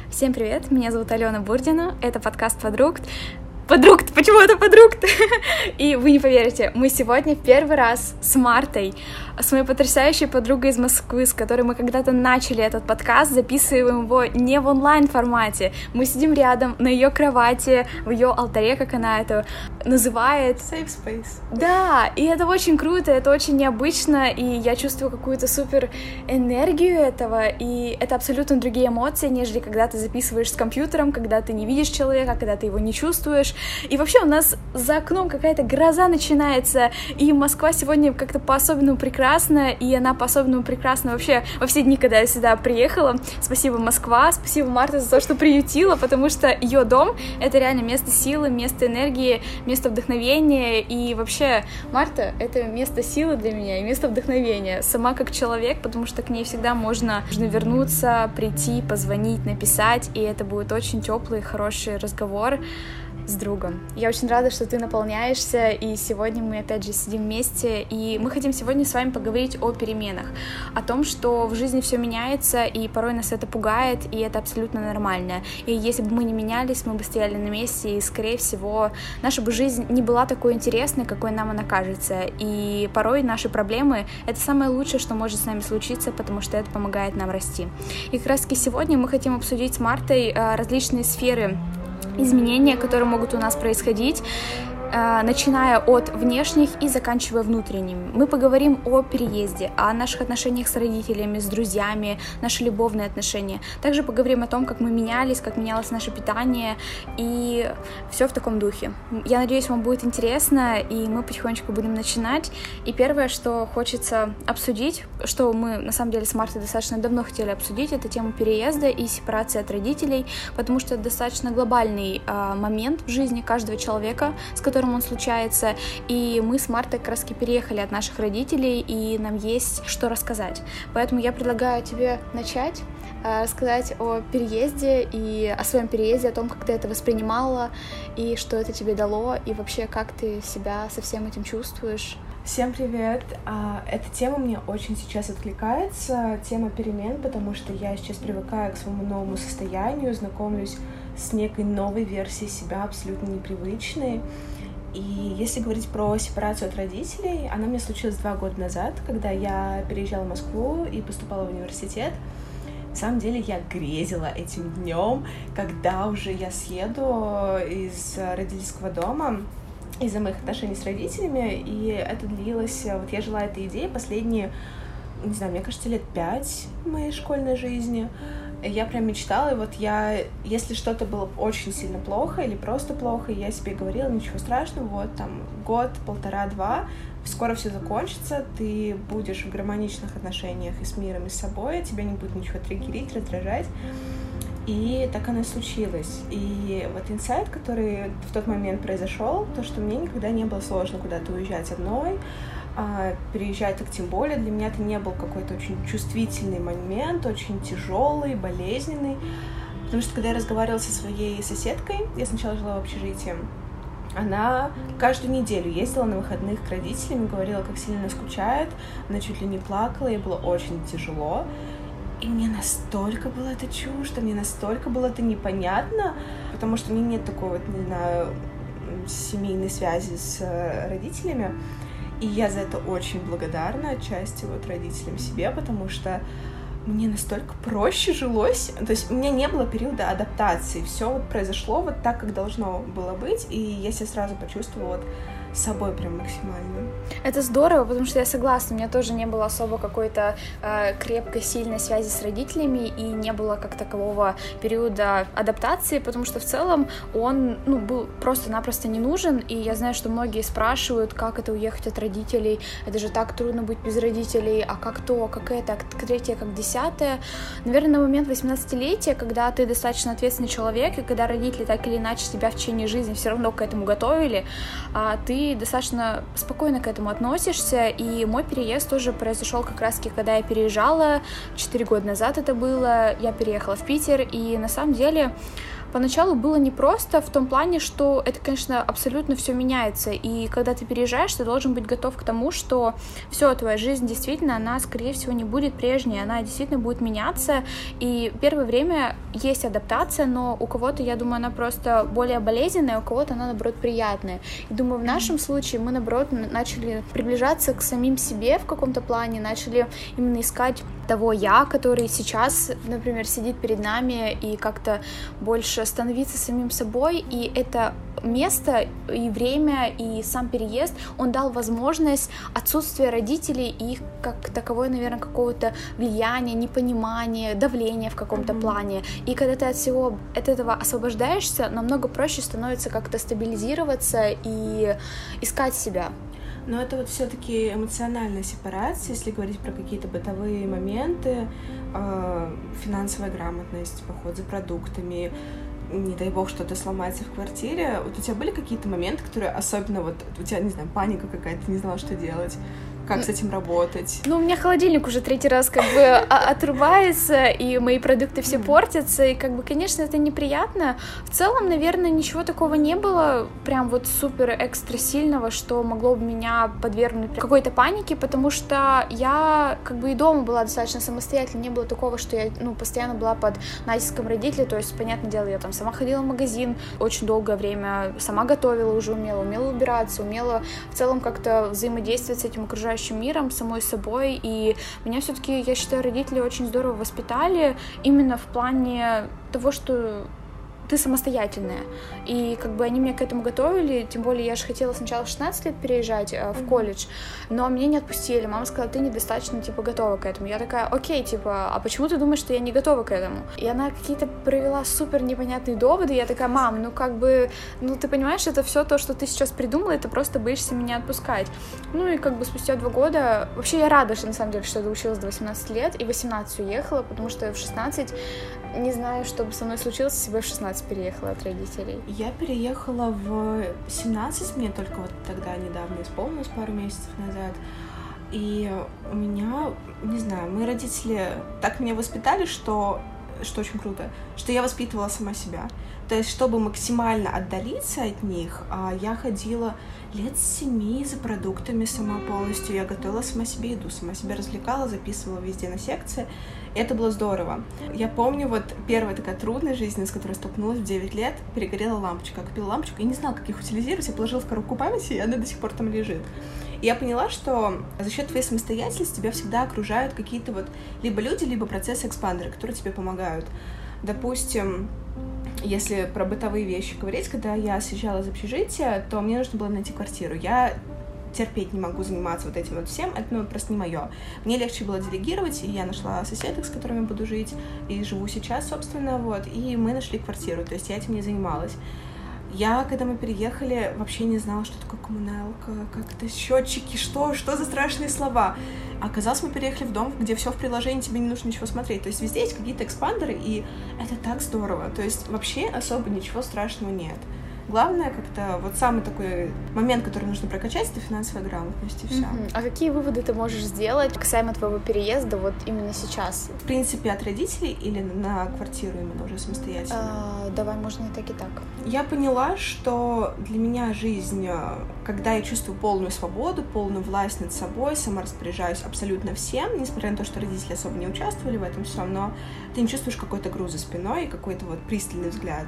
Всем привет, меня зовут Алена Бурдина, это подкаст «Продукт». Почему это «Продукт»? И вы не поверите, мы сегодня первый раз с Мартой, с моей потрясающей подругой из Москвы, с которой мы когда-то начали этот подкаст, записываем его не в онлайн-формате. Мы сидим рядом на ее кровати, в ее алтаре, как она это называет. Safe space. Да, и это очень круто, это очень необычно, и я чувствую какую-то супер энергию этого, и это абсолютно другие эмоции, нежели когда ты записываешь с компьютером, когда ты не видишь человека, когда ты его не чувствуешь. И вообще у нас за окном какая-то гроза начинается, и Москва сегодня как-то по-особенному прекрасна, и она по-особенному прекрасна вообще во все дни, когда я сюда приехала. Спасибо, Москва, спасибо, Марта, за то, что приютила, потому что ее дом — это реально место силы, место энергии, место вдохновения, и вообще Марта — это место силы для меня и место вдохновения, сама как человек, потому что к ней всегда можно вернуться, прийти, позвонить, написать, и это будет очень теплый, хороший разговор с другом. Я очень рада, что ты наполняешься, и сегодня мы опять же сидим вместе, и мы хотим сегодня с вами поговорить о переменах, о том, что в жизни все меняется, и порой нас это пугает, и это абсолютно нормально. И если бы мы не менялись, мы бы стояли на месте, и, скорее всего, наша бы жизнь не была такой интересной, какой нам она кажется. И порой наши проблемы — это самое лучшее, что может с нами случиться, потому что это помогает нам расти. И как раз-таки сегодня мы хотим обсудить с Мартой различные сферы изменения, которые могут у нас происходить, начиная от внешних и заканчивая внутренними. Мы поговорим о переезде, о наших отношениях с родителями, с друзьями, наши любовные отношения. Также поговорим о том, как мы менялись, как менялось наше питание, и все в таком духе. Я надеюсь, вам будет интересно, и мы потихонечку будем начинать. И первое, что хочется обсудить, что мы, на самом деле, с Мартой достаточно давно хотели обсудить, это тему переезда и сепарации от родителей, потому что это достаточно глобальный момент в жизни каждого человека, с которым он случается, и мы с Мартой как раз переехали от наших родителей, и нам есть что рассказать. Поэтому я предлагаю тебе начать рассказать о переезде и о своем переезде, о том, как ты это воспринимала, и что это тебе дало, и вообще, как ты себя со всем этим чувствуешь. Всем привет! Эта тема мне очень сейчас откликается, тема перемен, потому что я сейчас привыкаю к своему новому состоянию, знакомлюсь с некой новой версией себя, абсолютно непривычной. И если говорить про сепарацию от родителей, она у меня случилась 2 года назад, когда я переезжала в Москву и поступала в университет. На самом деле я грезила этим днем, когда уже я съеду из родительского дома из-за моих отношений с родителями, и это длилось, вот я жила этой идеей последние, не знаю, мне кажется, лет 5 в моей школьной жизни. Я прям мечтала, и вот если что-то было очень сильно плохо или просто плохо, я себе говорила, ничего страшного, вот там год, 1,5-2, скоро все закончится, ты будешь в гармоничных отношениях и с миром, и с собой, тебя не будет ничего триггерить, раздражать. И так оно и случилось. И вот инсайт, который в тот момент произошел, то, что мне никогда не было сложно куда-то уезжать одной, переезжать так тем более. Для меня это не был какой-то очень чувствительный момент, очень тяжелый, болезненный. Потому что когда я разговаривала со своей соседкой, я сначала жила в общежитии, она каждую неделю ездила на выходных к родителям и говорила, как сильно она скучает. Она чуть ли не плакала, ей было очень тяжело. И мне настолько было это чуждо, мне настолько было это непонятно, потому что у меня нет такой вот, не знаю, семейной связи с родителями. И я за это очень благодарна отчасти вот родителям себе, потому что мне настолько проще жилось. То есть у меня не было периода адаптации. Все вот произошло вот так, как должно было быть, и я себя сразу почувствовала вот с собой прям максимально. Это здорово, потому что я согласна, у меня тоже не было особо какой-то крепкой, сильной связи с родителями, и не было как такового периода адаптации, потому что в целом он был просто-напросто не нужен, и я знаю, что многие спрашивают, как это уехать от родителей, это же так трудно быть без родителей, а как то, как это, как третье, как 10-е. Наверное, на момент 18-летия, когда ты достаточно ответственный человек, и когда родители так или иначе тебя в течение жизни все равно к этому готовили, ты достаточно спокойно к этому относишься, и мой переезд тоже произошел как раз-таки, когда я переезжала, 4 года назад это было, я переехала в Питер, и на самом деле поначалу было непросто в том плане, что это, конечно, абсолютно все меняется, и когда ты переезжаешь, ты должен быть готов к тому, что все, твоя жизнь действительно, она, скорее всего, не будет прежней, она действительно будет меняться, и первое время есть адаптация, но у кого-то, я думаю, она просто более болезненная, у кого-то она, наоборот, приятная. И думаю, в нашем случае мы, наоборот, начали приближаться к самим себе в каком-то плане, начали именно искать того я, который сейчас, например, сидит перед нами, и как-то больше становиться самим собой, и это место и время, и сам переезд, он дал возможность отсутствия родителей и их как таковое, наверное, какого-то влияния, непонимания, давления в каком-то плане. И когда ты от этого освобождаешься, намного проще становится как-то стабилизироваться и искать себя. Но это вот все-таки эмоциональная сепарация, если говорить про какие-то бытовые моменты, финансовая грамотность, поход за продуктами, не дай бог что-то сломается в квартире. Вот у тебя были какие-то моменты, которые особенно вот у тебя, не знаю, паника какая-то, ты не знала, что делать? Как с этим работать? Ну, у меня холодильник уже 3-й раз как бы отрубается, и мои продукты все портятся, и как бы, конечно, это неприятно. В целом, наверное, ничего такого не было, прям вот супер экстра сильного, что могло бы меня подвергнуть какой-то панике, потому что я как бы и дома была достаточно самостоятельной, не было такого, что я, постоянно была под натиском родителей, то есть, понятное дело, я там сама ходила в магазин очень долгое время, сама готовила уже умела убираться, умела в целом как-то взаимодействовать с этим окружающим миром, самой собой, и меня все-таки, я считаю, родители очень здорово воспитали именно в плане того, что ты самостоятельная, и как бы они меня к этому готовили, тем более я же хотела сначала в 16 лет переезжать в колледж, но меня не отпустили, мама сказала, ты недостаточно, готова к этому, я такая, окей, а почему ты думаешь, что я не готова к этому? И она какие-то провела супер непонятные доводы, я такая, мам, ты понимаешь, это все то, что ты сейчас придумала, это просто боишься меня отпускать. И как бы спустя 2 года, вообще я рада, что на самом деле, что я доучилась до 18 лет, и в 18 уехала, потому что в 16 не знаю, что бы со мной случилось, если бы я в 16 переехала от родителей. Я переехала в 17, мне только вот тогда недавно исполнилось, пару месяцев назад. И у меня, не знаю, мои родители так меня воспитали, что очень круто, что я воспитывала сама себя. То есть, чтобы максимально отдалиться от них, я ходила лет с 7 за продуктами сама полностью. Я готовила сама себе еду, сама себя развлекала, записывала везде на секции. И это было здорово. Я помню, вот первая такая трудная жизнь, с которой столкнулась в 9 лет, перегорела лампочка. Я купила лампочку и не знала, как их утилизировать. Я положила в коробку памяти, и она до сих пор там лежит. И я поняла, что за счет твоей самостоятельности тебя всегда окружают какие-то вот либо люди, либо процессы-экспандеры, которые тебе помогают. Допустим, если про бытовые вещи говорить, когда я съезжала из общежития, то мне нужно было найти квартиру. Я терпеть не могу заниматься вот этим вот всем, это просто не мое. Мне легче было делегировать, и я нашла соседок, с которыми буду жить, и живу сейчас, собственно, вот, и мы нашли квартиру, то есть я этим не занималась. Я, когда мы переехали, вообще не знала, что такое коммуналка, как это счетчики, что за страшные слова. Оказалось, мы переехали в дом, где все в приложении, тебе не нужно ничего смотреть. То есть везде есть какие-то экспандеры, и это так здорово. То есть вообще особо ничего страшного нет. Главное, как-то вот самый такой момент, который нужно прокачать, это финансовая грамотность, и все. А какие выводы ты можешь сделать касаемо твоего переезда вот именно сейчас? В принципе, от родителей или на квартиру именно уже самостоятельно? Давай, можно и так, и так. Я поняла, что для меня жизнь, когда я чувствую полную свободу, полную власть над собой, сама распоряжаюсь абсолютно всем, несмотря на то, что родители особо не участвовали в этом всем, но ты не чувствуешь какой-то груз за спиной, какой-то вот пристальный взгляд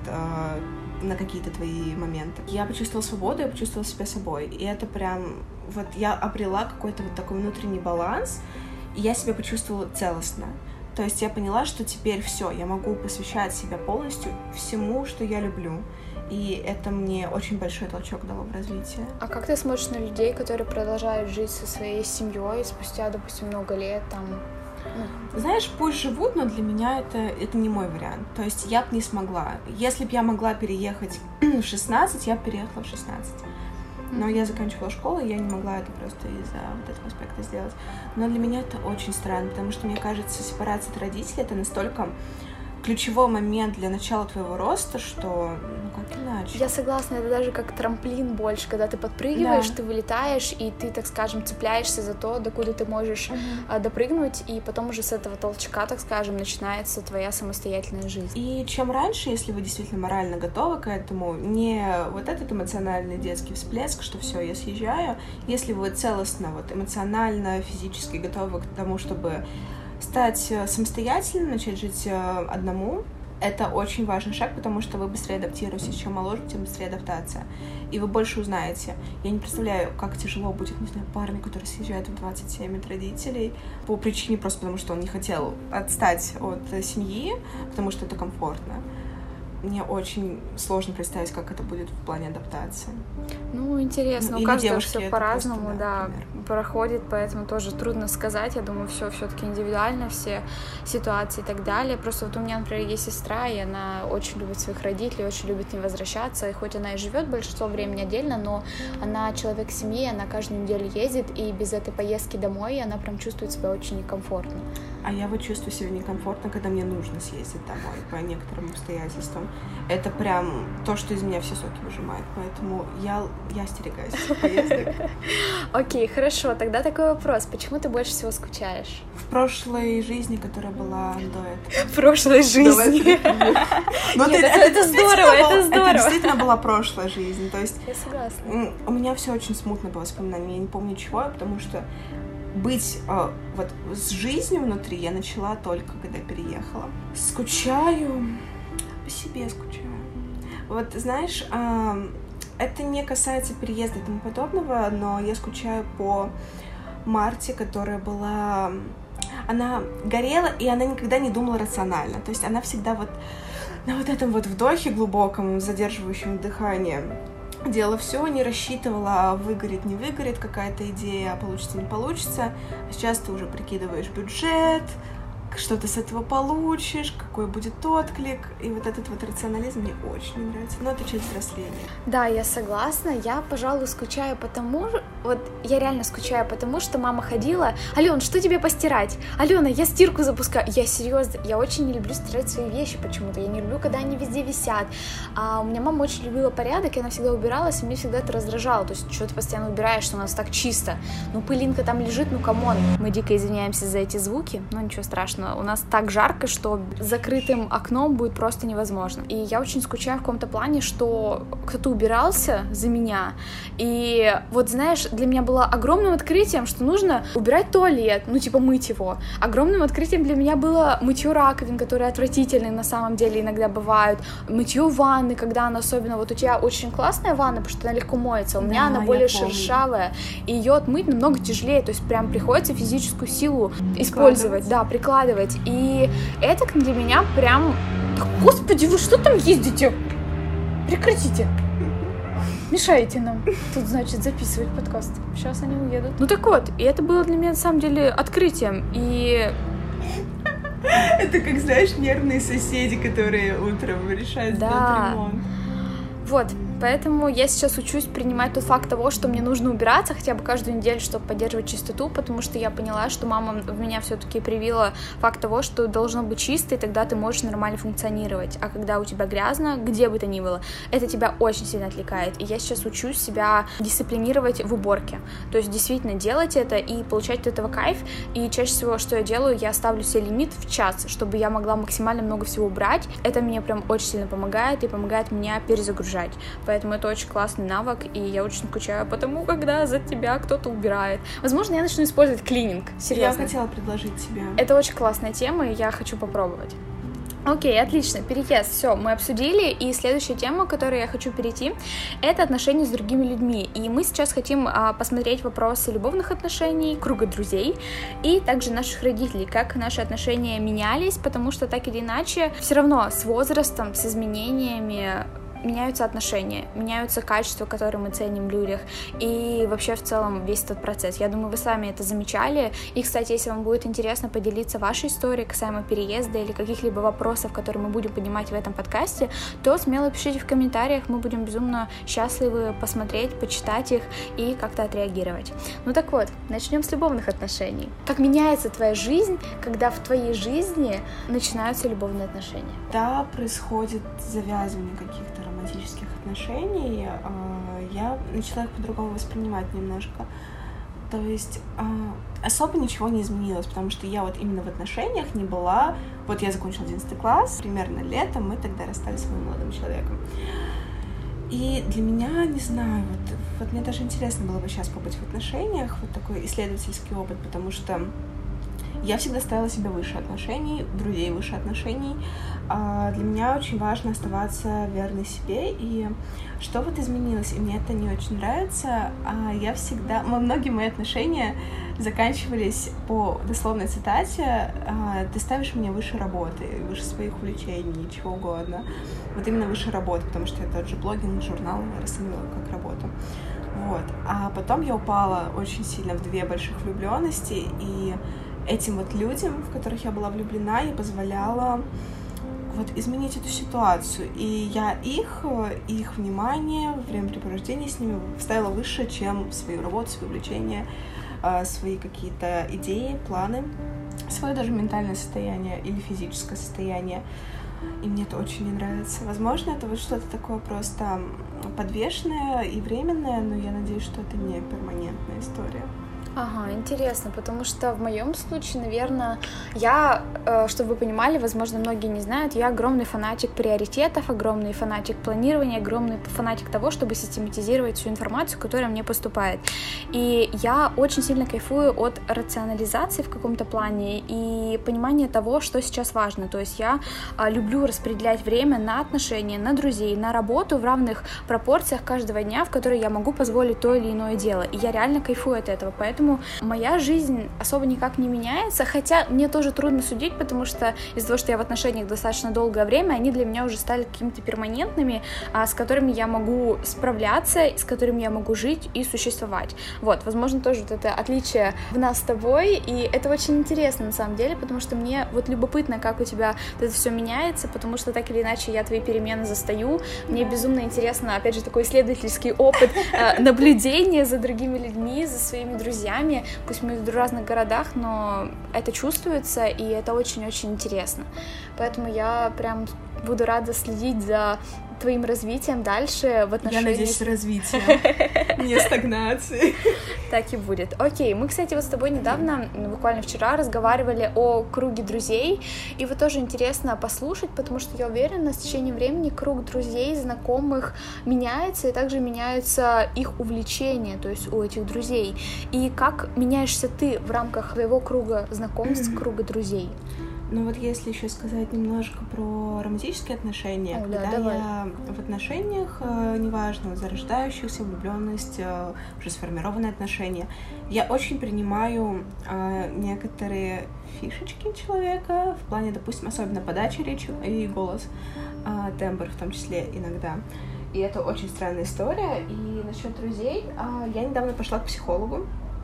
на какие-то твои моменты. Я почувствовала свободу, я почувствовала себя собой. И это прям... Вот я обрела какой-то вот такой внутренний баланс, и я себя почувствовала целостно. То есть я поняла, что теперь все, я могу посвящать себя полностью всему, что я люблю. И это мне очень большой толчок дало в развитии. А как ты смотришь на людей, которые продолжают жить со своей семьей спустя, допустим, много лет, там... Знаешь, пусть живут, но для меня это не мой вариант. То есть я бы не смогла. Если бы я могла переехать в 16, я бы переехала в 16. Но я заканчивала школу, и я не могла это просто из-за вот этого аспекта сделать. Но для меня это очень странно, потому что, мне кажется, сепарация от родителей — это настолько ключевой момент для начала твоего роста, что как иначе. Я согласна, это даже как трамплин больше, когда ты подпрыгиваешь, ты вылетаешь, и ты, так скажем, цепляешься за то, докуда ты можешь допрыгнуть, и потом уже с этого толчка, так скажем, начинается твоя самостоятельная жизнь. И чем раньше, если вы действительно морально готовы к этому, не вот этот эмоциональный детский всплеск, что все, я съезжаю, если вы целостно, вот эмоционально, физически готовы к тому, чтобы стать самостоятельным, начать жить одному, это очень важный шаг, потому что вы быстрее адаптируетесь. Чем моложе, тем быстрее адаптация. И вы больше узнаете. Я не представляю, как тяжело будет, не знаю, парню, который съезжает в 27 от родителей по причине просто потому, что он не хотел отстать от семьи, потому что это комфортно. Мне очень сложно представить, как это будет в плане адаптации. Ну, интересно, у каждого все по-разному, да, проходит, поэтому тоже трудно сказать. Я думаю, все-таки индивидуально, все ситуации и так далее. Просто вот у меня, например, есть сестра, и она очень любит своих родителей, очень любит не возвращаться. И хоть она и живет большинство времени отдельно, но она человек семьи, она каждую неделю ездит, и без этой поездки домой она прям чувствует себя очень некомфортно. А я вот чувствую себя некомфортно, когда мне нужно съездить домой по некоторым обстоятельствам. Это прям то, что из меня все соки выжимает, поэтому я остерегаюсь поездок. Окей, хорошо, тогда такой вопрос. Почему ты больше всего скучаешь? В прошлой жизни, которая была до этого. В прошлой жизни? Это здорово, это здорово. Это действительно была прошлая жизнь, то есть... Я согласна. У меня все очень смутно по воспоминаниям, я не помню чего, потому что быть вот с жизнью внутри я начала только, когда переехала. Скучаю, по себе скучаю. Вот, знаешь, это не касается переезда и тому подобного, но я скучаю по Марте, которая была... Она горела, и она никогда не думала рационально. То есть она всегда вот на вот этом вот вдохе глубоком, задерживающем дыхание делала все, не рассчитывала, выгорит, не выгорит какая-то идея, получится, не получится. А сейчас ты уже прикидываешь бюджет, что ты с этого получишь, какой будет отклик. И вот этот вот рационализм мне очень не нравится. Но это часть взросления. Да, я согласна. Я, пожалуй, скучаю потому... Вот я реально скучаю потому, что мама ходила: Алён, что тебе постирать? Алёна, я стирку запускаю. Я серьезно, я очень не люблю стирать свои вещи почему-то. Я не люблю, когда они везде висят. А у меня мама очень любила порядок, и она всегда убиралась, и мне всегда это раздражало. То есть, что ты постоянно убираешь, что у нас так чисто. Ну, пылинка там лежит, ну, камон. Мы дико извиняемся за эти звуки, но ничего страшного. У нас так жарко, что закрытым окном будет просто невозможно. И я очень скучаю в каком-то плане, что кто-то убирался за меня. И вот, знаешь, для меня было огромным открытием, что нужно убирать туалет, ну, типа мыть его. Огромным открытием для меня было мытье раковин, которые отвратительные на самом деле иногда бывают. Мытье ванны, когда она особенно... Вот у тебя очень классная ванна, потому что она легко моется. У меня она более шершавая. И ее отмыть намного тяжелее. То есть прям приходится физическую силу использовать. Да, прикладывать. И это для меня прям... Господи, вы что там ездите? Прекратите. Мешаете нам тут, значит, записывать подкаст. Сейчас они уедут. Ну так вот, и это было для меня, на самом деле, открытием. И... Это как, знаешь, нервные соседи, которые утром решают сделать ремонт. Вот, поэтому я сейчас учусь принимать тот факт того, что мне нужно убираться хотя бы каждую неделю, чтобы поддерживать чистоту, потому что я поняла, что мама в меня все-таки привила факт того, что должно быть чисто, и тогда ты можешь нормально функционировать. А когда у тебя грязно, где бы то ни было, это тебя очень сильно отвлекает. И я сейчас учусь себя дисциплинировать в уборке. То есть действительно делать это и получать от этого кайф. И чаще всего, что я делаю, я ставлю себе лимит в час, чтобы я могла максимально много всего убрать. Это мне прям очень сильно помогает и помогает меня перезагружать. Поэтому это очень классный навык, и я очень скучаю по тому, когда за тебя кто-то убирает. Возможно, я начну использовать клининг. Серьезно. Я хотела предложить тебе. Это очень классная тема, и я хочу попробовать. Окей, отлично, переезд, все, мы обсудили, и следующая тема, к которой я хочу перейти, это отношения с другими людьми, и мы сейчас хотим посмотреть вопросы любовных отношений, круга друзей, и также наших родителей, как наши отношения менялись, потому что так или иначе, все равно с возрастом, с изменениями, меняются отношения, меняются качества, которые мы ценим в людях, и вообще в целом весь этот процесс. Я думаю, вы сами это замечали. И, кстати, если вам будет интересно поделиться вашей историей касаемо переезда или каких-либо вопросов, которые мы будем поднимать в этом подкасте, то смело пишите в комментариях, мы будем безумно счастливы посмотреть, почитать их и как-то отреагировать. Ну так вот, начнем с любовных отношений. Как меняется твоя жизнь, когда в твоей жизни начинаются любовные отношения? Да, происходит завязывание каких-то романтических отношений, я начала их по-другому воспринимать немножко. То есть особо ничего не изменилось, потому что я вот именно в отношениях не была. Вот я закончила 11 класс, примерно летом, мы тогда расстались с моим молодым человеком. И для меня, не знаю, вот мне даже интересно было бы сейчас побыть в отношениях, вот такой исследовательский опыт, потому что я всегда ставила себя выше отношений, друзей выше отношений. Для меня очень важно оставаться верной себе, и что вот изменилось, и мне это не очень нравится, я всегда... Многие мои отношения заканчивались по дословной цитате: «Ты ставишь меня выше работы, выше своих увлечений, чего угодно». Вот именно выше работы, потому что я тот же блогинг, журнал расценивала как работу. Вот. А потом я упала очень сильно в 2 больших влюбленности, и этим вот людям, в которых я была влюблена, я позволяла вот изменить эту ситуацию. И я их внимание, времяпрепровождение с ними ставила выше, чем свою работу, свои увлечения, свои какие-то идеи, планы, свое даже ментальное состояние или физическое состояние. И мне это очень не нравится. Возможно, это вот что-то такое просто подвешенное и временное, но я надеюсь, что это не перманентная история. Ага, интересно, потому что в моем случае, наверное, я, чтобы вы понимали, возможно, многие не знают, я огромный фанатик приоритетов, огромный фанатик планирования, огромный фанатик того, чтобы систематизировать всю информацию, которая мне поступает. И я очень сильно кайфую от рационализации в каком-то плане и понимания того, что сейчас важно. То есть я люблю распределять время на отношения, на друзей, на работу в равных пропорциях каждого дня, в которые я могу позволить то или иное дело. И я реально кайфую от этого, поэтому моя жизнь особо никак не меняется, хотя мне тоже трудно судить, потому что из-за того, что я в отношениях достаточно долгое время, они для меня уже стали какими-то перманентными, с которыми я могу справляться, с которыми я могу жить и существовать. Вот, возможно, тоже вот это отличие в нас с тобой, и это очень интересно на самом деле, потому что мне вот любопытно, как у тебя вот это все меняется, потому что так или иначе я твои перемены застаю, мне безумно интересно, опять же, такой исследовательский опыт наблюдения за другими людьми, за своими друзьями, пусть мы в разных городах, но это чувствуется, и это очень-очень интересно. Поэтому я прям буду рада следить за твоим развитием дальше в отношениях... Я надеюсь, развитие, не стагнации. Так и будет. Окей, мы, кстати, вот с тобой недавно, буквально вчера, разговаривали о круге друзей, и вот тоже интересно послушать, потому что я уверена, с течением времени круг друзей, знакомых меняется, и также меняются их увлечения, то есть у этих друзей. И как меняешься ты в рамках твоего круга знакомств, круга друзей? Ну вот если еще сказать немножко про романтические отношения, давай. Я в отношениях, неважно, зарождающихся, влюбленность, уже сформированные отношения, я очень принимаю некоторые фишечки человека в плане, допустим, особенно подачи речи и голос, тембр в том числе иногда. И это очень странная история. И насчет друзей, я недавно пошла к психологу.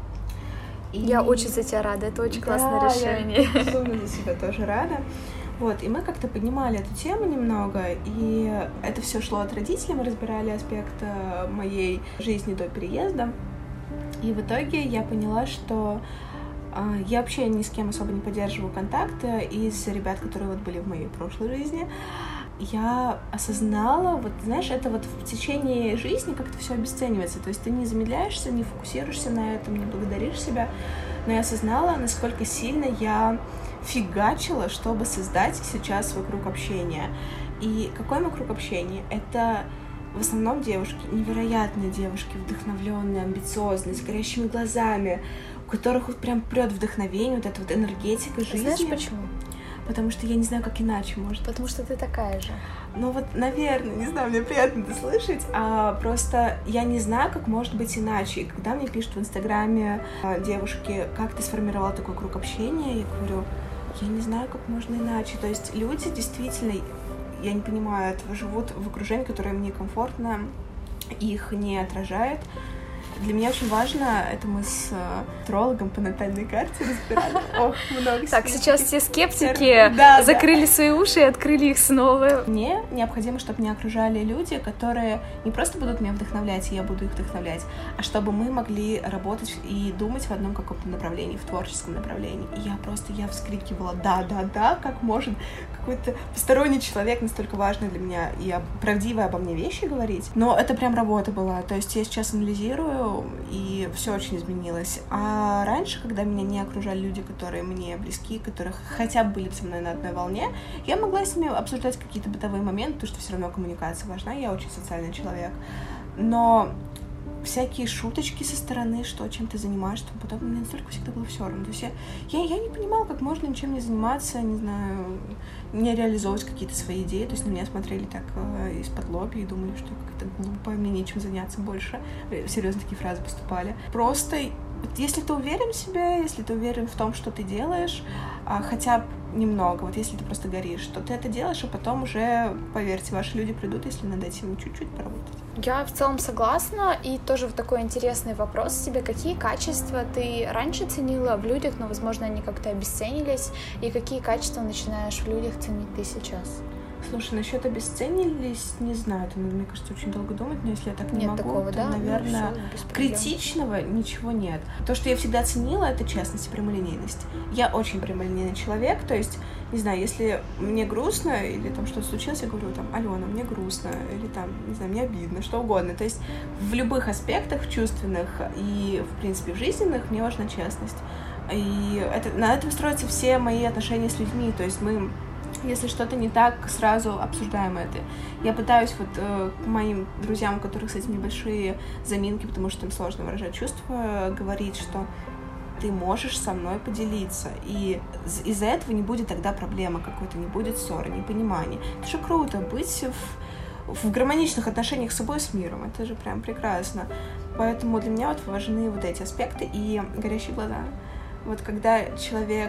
Я очень за тебя рада, это очень классное решение. Я безумно за себя тоже рада. Вот, и мы как-то поднимали эту тему немного, и это все шло от родителей, мы разбирали аспект моей жизни до переезда. И в итоге я поняла, что я вообще ни с кем особо не поддерживаю контакты из ребят, которые вот были в моей прошлой жизни. Я осознала, вот знаешь, это вот в течение жизни как-то все обесценивается, то есть ты не замедляешься, не фокусируешься на этом, не благодаришь себя, но я осознала, насколько сильно я фигачила, чтобы создать сейчас свой круг общения. И какой мой круг общения? Это в основном девушки, невероятные девушки, вдохновленные, амбициозные, с горящими глазами, у которых вот прям прет вдохновение, вот эта вот энергетика жизни. Знаешь почему? Потому что я не знаю, как иначе, может. Потому что ты такая же. Ну вот, наверное, не знаю, мне приятно это слышать, просто я не знаю, как может быть иначе. И когда мне пишут в Инстаграме девушки, как ты сформировала такой круг общения, я говорю, я не знаю, как можно иначе. То есть люди действительно, я не понимаю этого, живут в окружении, которое мне комфортно, их не отражает. Для меня очень важно, это мы с астрологом по натальной карте разбирали. Ох, много. Так, сейчас все скептики закрыли свои уши и открыли их снова. Мне необходимо, чтобы меня окружали люди, которые не просто будут меня вдохновлять, и я буду их вдохновлять, а чтобы мы могли работать и думать в одном каком-то направлении, в творческом направлении. И я вскрикивала, да, как может какой-то посторонний человек, настолько важный для меня и правдивые обо мне вещи говорить. Но это прям работа была. То есть я сейчас анализирую, и все очень изменилось. А раньше, когда меня не окружали люди, которые мне близки, которые хотя бы были со мной на одной волне, я могла с ними обсуждать какие-то бытовые моменты, потому что все равно коммуникация важна, я очень социальный человек. Но всякие шуточки со стороны, что чем ты занимаешься, потом мне настолько всегда было все равно. То есть я не понимала, как можно ничем не заниматься, не знаю, не реализовывать какие-то свои идеи. То есть на меня смотрели так из-под лобья и думали, что я какая-то глупая, мне нечем заняться больше. Серьезно, такие фразы поступали. Просто если ты уверен в себе, если ты уверен в том, что ты делаешь, хотя бы немного, вот если ты просто горишь, то ты это делаешь, а потом уже, поверьте, ваши люди придут, если над этим чуть-чуть поработать. Я в целом согласна, и тоже такой интересный вопрос себе, какие качества ты раньше ценила в людях, но, возможно, они как-то обесценились, и какие качества начинаешь в людях ценить ты сейчас? Слушай, насчет обесценились, не знаю, это, мне кажется, очень долго думать, но если я так не могу, такого, то, наверное, критичного ничего нет. То, что я всегда ценила, это честность и прямолинейность. Я очень прямолинейный человек, то есть, не знаю, если мне грустно или там что-то случилось, я говорю там: Алена, мне грустно, или там, не знаю, мне обидно, что угодно. То есть в любых аспектах чувственных и, в принципе, в жизненных мне важна честность. И на этом строятся все мои отношения с людьми, то есть мы... Если что-то не так, сразу обсуждаем это. Я пытаюсь к моим друзьям, у которых с этим небольшие заминки, потому что им сложно выражать чувства, говорить, что ты можешь со мной поделиться. И из-за этого не будет тогда проблемы какой-то, не будет ссоры, непонимания. Это же круто, быть в гармоничных отношениях с собой, с миром. Это же прям прекрасно. Поэтому для меня важны эти аспекты и горящие глаза. Когда человек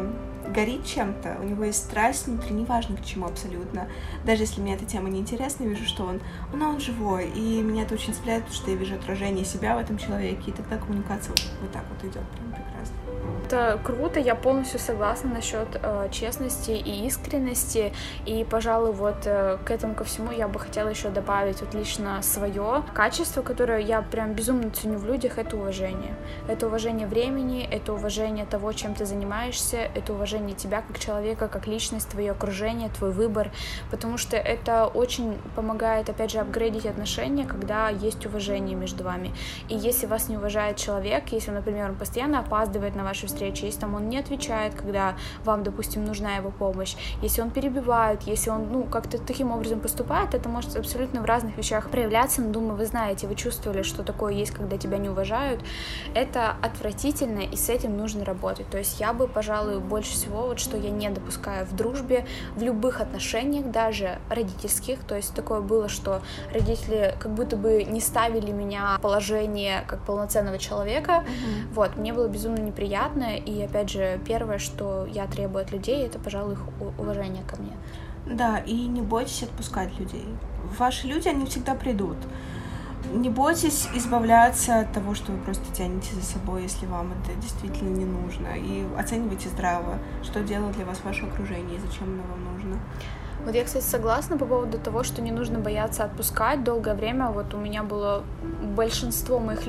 горит чем-то, у него есть страсть внутри, неважно к чему абсолютно. Даже если мне эта тема не интересна, я вижу, что он живой, и меня это очень цепляет, потому что я вижу отражение себя в этом человеке, и тогда коммуникация вот так идет, прям прекрасно. Это круто, я полностью согласна насчет честности и искренности, и, пожалуй, к этому ко всему я бы хотела еще добавить лично свое качество, которое я прям безумно ценю в людях, это уважение. Это уважение времени, это уважение того, чем ты занимаешься, это уважение тебя как человека, как личность, твое окружение, твой выбор, потому что это очень помогает, опять же, апгрейдить отношения, когда есть уважение между вами. И если вас не уважает человек, если, например, он постоянно опаздывает на ваши встречи, если он не отвечает, когда вам, допустим, нужна его помощь, если он перебивает, если он, как-то таким образом поступает, это может абсолютно в разных вещах проявляться, но, думаю, вы знаете, вы чувствовали, что такое есть, когда тебя не уважают, это отвратительно, и с этим нужно работать. То есть я бы, пожалуй, больше всего, что я не допускаю в дружбе, в любых отношениях, даже родительских, то есть такое было, что родители как будто бы не ставили меня в положение как полноценного человека, мне было безумно неприятно. И, опять же, первое, что я требую от людей, это, пожалуй, их уважение ко мне. Да, и не бойтесь отпускать людей. Ваши люди, они всегда придут. Не бойтесь избавляться от того, что вы просто тянете за собой, если вам это действительно не нужно. И оценивайте здраво, что делает для вас ваше окружение и зачем оно вам нужно. Я, кстати, согласна по поводу того, что не нужно бояться отпускать. Долгое время у меня было большинство моих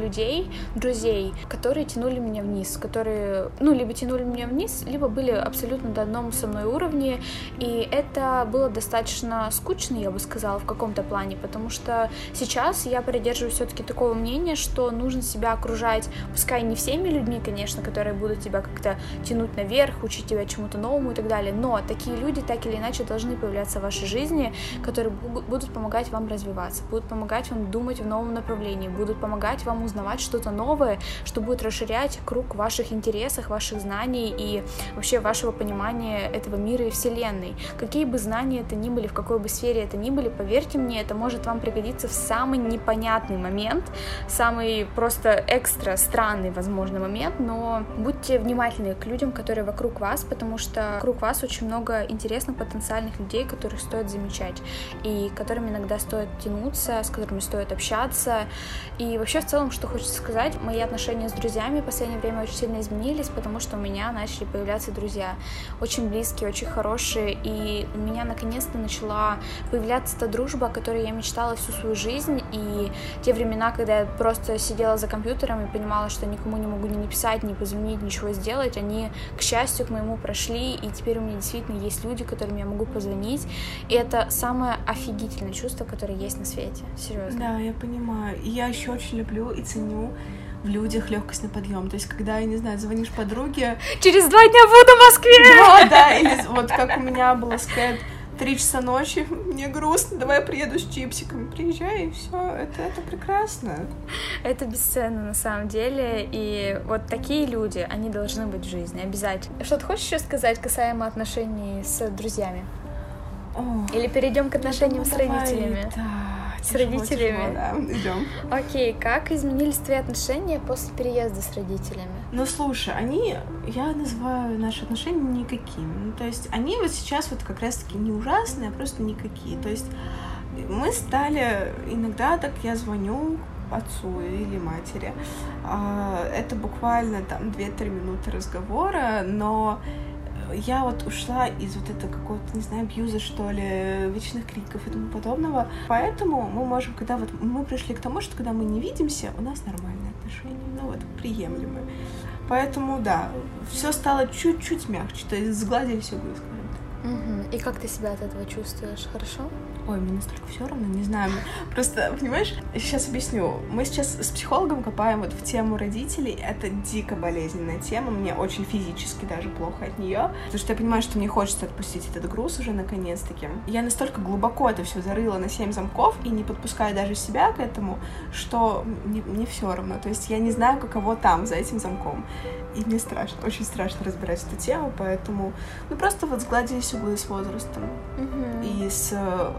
друзей, которые тянули меня вниз, которые, либо тянули меня вниз, либо были абсолютно на одном со мной уровне, и это было достаточно скучно, я бы сказала, в каком-то плане, потому что сейчас я придерживаюсь все-таки такого мнения, что нужно себя окружать, пускай не всеми людьми, конечно, которые будут тебя как-то тянуть наверх, учить тебя чему-то новому и так далее, но такие люди так или иначе должны появляться в вашей жизни, которые будут помогать вам развиваться, будут помогать вам думать в новом направлении, будут помогать вам узнавать что-то новое, что будет расширять круг ваших интересов, ваших знаний и вообще вашего понимания этого мира и вселенной. Какие бы знания это ни были, в какой бы сфере это ни были, поверьте мне, это может вам пригодиться в самый непонятный момент, самый просто экстра странный, возможно, момент, но будьте внимательны к людям, которые вокруг вас, потому что вокруг вас очень много интересных потенциальных людей, которых стоит замечать, и к которым иногда стоит тянуться, с которыми стоит общаться. И вообще, в целом, что хочется сказать, мои отношения с друзьями в последнее время очень сильно изменились, потому что у меня начали появляться друзья, очень близкие, очень хорошие, и у меня наконец-то начала появляться та дружба, о которой я мечтала всю свою жизнь, и те времена, когда я просто сидела за компьютером и понимала, что никому не могу ни написать, ни позвонить, ничего сделать, они, к счастью, к моему прошли, и теперь у меня действительно есть люди, которым я могу позвонить, и это самое офигительное чувство, которое есть на свете, серьезно. Да, я понимаю, и я еще очень люблю и ценю в людях легкость на подъем. То есть, когда, я не знаю, звонишь подруге... Через 2 дня буду в Москве! Да, или вот как у меня было с Кэт, 3 часа ночи, мне грустно, давай я приеду с чипсиками. Приезжай, и все, это прекрасно. Это бесценно на самом деле, и вот такие люди, они должны быть в жизни, обязательно. Что ты хочешь еще сказать касаемо отношений с друзьями? Или перейдем к отношениям с родителями? С родителями? Да, идем. Окей, как изменились твои отношения после переезда с родителями? Ну, слушай, я называю наши отношения никакими. Ну, то есть они вот сейчас вот как раз-таки не ужасные, а просто никакие. То есть мы стали, иногда так я звоню отцу или матери. Это буквально там 2-3 минуты разговора, но я вот ушла из вот этого какого-то, не знаю, абьюза, что ли, вечных криков и тому подобного. Поэтому мы можем, когда вот мы пришли к тому, что когда мы не видимся, у нас нормальные отношения, ну вот, приемлемые. Поэтому, да, все стало чуть-чуть мягче, то есть сгладились углы, скажем так. И как ты себя от этого чувствуешь? Хорошо? Ой, мне настолько все равно, не знаю. Просто, понимаешь, сейчас объясню. Мы сейчас с психологом копаем вот в тему родителей. Это дико болезненная тема. Мне очень физически даже плохо от нее. Потому что я понимаю, что мне хочется отпустить этот груз уже наконец-таки. Я настолько глубоко это все зарыла на 7 замков и не подпускаю даже себя к этому, что мне все равно. То есть я не знаю, каково там, за этим замком. И мне страшно, очень страшно разбирать эту тему, поэтому, просто вот сгладились углы с возрастом. И с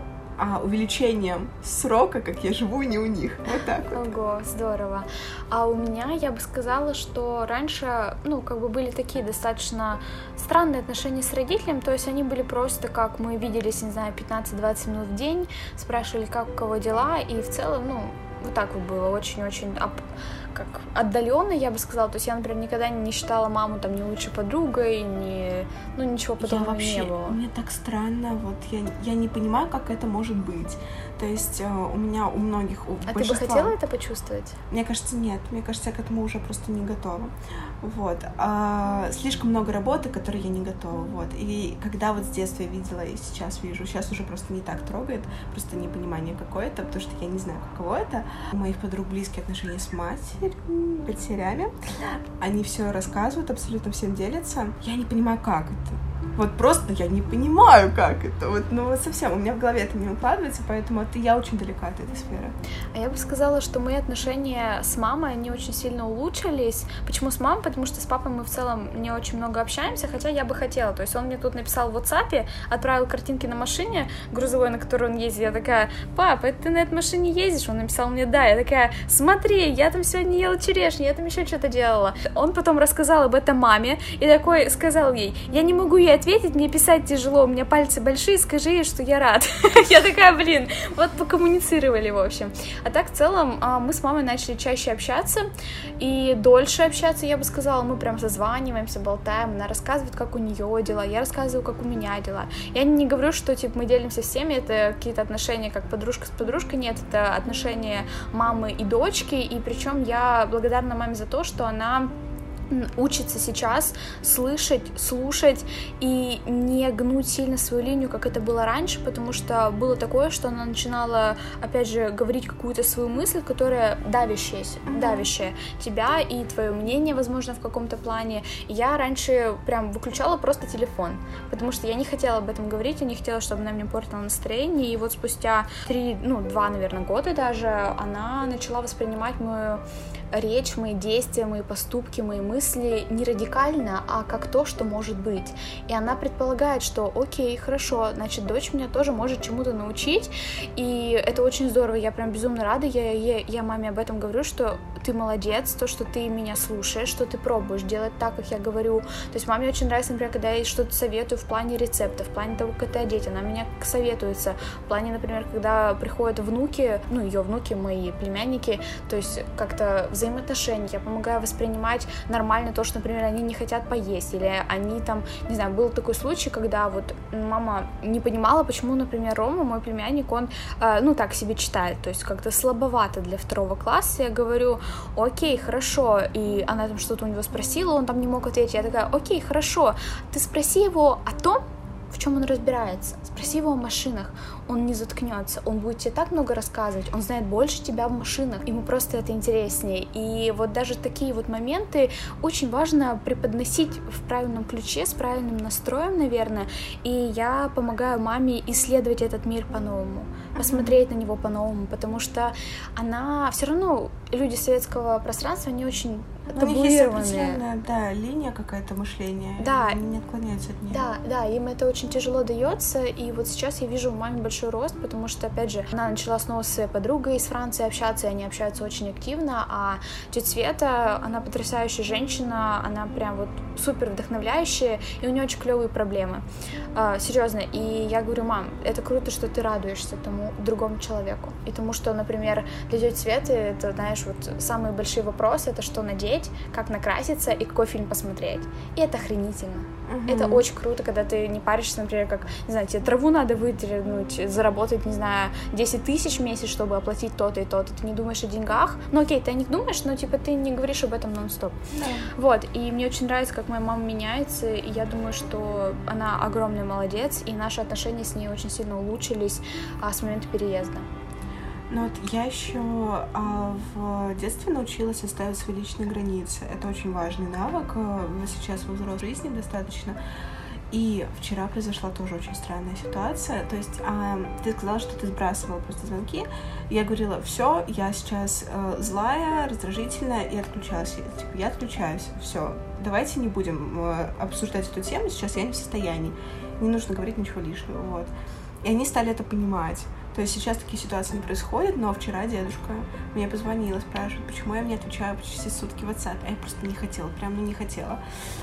увеличением срока, как я живу, не у них. Вот так вот. Ого, здорово. А у меня, я бы сказала, что раньше, были такие достаточно странные отношения с родителями, то есть они были просто как мы виделись, не знаю, 15-20 минут в день, спрашивали, как у кого дела, и в целом, вот так вот было, очень-очень как отдаленно, я бы сказала. То есть я, например, никогда не считала маму там ни лучшей подругой, ничего подобного не было. Мне так странно, вот я не понимаю, как это может быть. То есть у меня, у многих, у большинства... ты бы хотела это почувствовать? Мне кажется, нет. Мне кажется, я к этому уже просто не готова. Вот. Слишком много работы, которой я не готова. Вот. И когда вот с детства я видела и сейчас вижу, сейчас уже просто не так трогает, просто непонимание какое-то, потому что я не знаю, каково это. У моих подруг близкие отношения с матерями. Они все рассказывают, абсолютно всем делятся. Я не понимаю, как это. Вот просто я не понимаю, как это. Вот совсем у меня в голове это не укладывается, поэтому я очень далека от этой сферы. А я бы сказала, что мои отношения с мамой, они очень сильно улучшились. Почему с мамой? Потому что с папой мы в целом не очень много общаемся, хотя я бы хотела. То есть он мне тут написал в WhatsApp, отправил картинки на машине грузовой, на которой он ездит. Я такая: пап, это ты на этой машине ездишь? Он написал мне: да. Я такая: смотри, я там сегодня ела черешню, я там еще что-то делала. Он потом рассказал об этом маме и такой сказал ей: я не могу ей ответить, мне писать тяжело, у меня пальцы большие, скажи ей, что я рад. Я такая: блин, вот покоммуницировали, в общем. А так, в целом, мы с мамой начали чаще общаться и дольше общаться, я бы сказала. Мы прям созваниваемся, болтаем, она рассказывает, как у нее дела, я рассказываю, как у меня дела. Я не говорю, что, мы делимся всеми, это какие-то отношения, как подружка с подружкой, нет, это отношения мамы и дочки, и причем я благодарна маме за то, что она учится сейчас слышать, слушать и не гнуть сильно свою линию, как это было раньше, потому что было такое, что она начинала, опять же, говорить какую-то свою мысль, которая давящая тебя и твое мнение, возможно, в каком-то плане. И я раньше прям выключала просто телефон, потому что я не хотела об этом говорить, я не хотела, чтобы она мне портила настроение, и вот спустя 2, наверное, года даже она начала воспринимать мою речь, мои действия, мои поступки, мои мысли не радикально, а как то, что может быть. И она предполагает, что окей, хорошо, значит, дочь меня тоже может чему-то научить, и это очень здорово, я прям безумно рада, я маме об этом говорю, что ты молодец, то, что ты меня слушаешь, что ты пробуешь делать так, как я говорю. То есть маме очень нравится, например, когда я ей что-то советую в плане рецептов, в плане того, как это одеть, она меня советуется. В плане, например, когда приходят внуки, ее внуки, мои племянники, то есть как-то взаимоотношения, я помогаю воспринимать нормально то, что, например, они не хотят поесть, или они там, не знаю, был такой случай, когда вот мама не понимала, почему, например, Рома, мой племянник, он, так себе читает, то есть как-то слабовато для 2 класса, я говорю, окей, хорошо, и она там что-то у него спросила, он там не мог ответить, я такая, окей, хорошо, ты спроси его о том, в чем он разбирается, спроси его о машинах, он не заткнется, он будет тебе так много рассказывать, он знает больше тебя в машинах, ему просто это интереснее, и вот даже такие вот моменты очень важно преподносить в правильном ключе, с правильным настроем, наверное, и я помогаю маме исследовать этот мир по-новому, посмотреть на него по-новому, потому что она, все равно люди советского пространства, они очень табуированные. У них есть определенная, линия какая-то мышления, да, они не отклоняются от нее. Да, им это очень тяжело дается, и вот сейчас я вижу у мамы большой рост, потому что, опять же, она начала снова с своей подругой из Франции общаться, и они общаются очень активно, а тетя Света, она потрясающая женщина, она прям вот супер вдохновляющая, и у нее очень клевые проблемы, серьезно, и я говорю, мам, это круто, что ты радуешься тому другому человеку, и тому, что, например, для тети Светы, это, знаешь, вот самые большие вопросы, это что надеть, как накраситься и какой фильм посмотреть, и это охренительно. Это очень круто, когда ты не паришься, например, как, не знаю, тебе траву надо вытряхнуть, заработать, не знаю, 10 тысяч в месяц, чтобы оплатить то-то и то-то. Ты не думаешь о деньгах. Ну, окей, ты о них думаешь, но, типа, ты не говоришь об этом нон-стоп. Да. Вот, и мне очень нравится, как моя мама меняется, и я думаю, что она огромный молодец, и наши отношения с ней очень сильно улучшились с момента переезда. Но вот я еще в детстве научилась ставить свои личные границы. Это очень важный навык, сейчас во взрослой жизни достаточно. И вчера произошла тоже очень странная ситуация. То есть ты сказала, что ты сбрасывала просто звонки. Я говорила, все, я сейчас злая, раздражительная, и отключалась. Я отключаюсь, все. Давайте не будем обсуждать эту тему, сейчас я не в состоянии. Не нужно говорить ничего лишнего, вот. И они стали это понимать. То есть сейчас такие ситуации не происходят, но вчера дедушка мне позвонила, спрашивает, почему я мне отвечаю почти сутки в WhatsApp. А я просто не хотела, прям не хотела.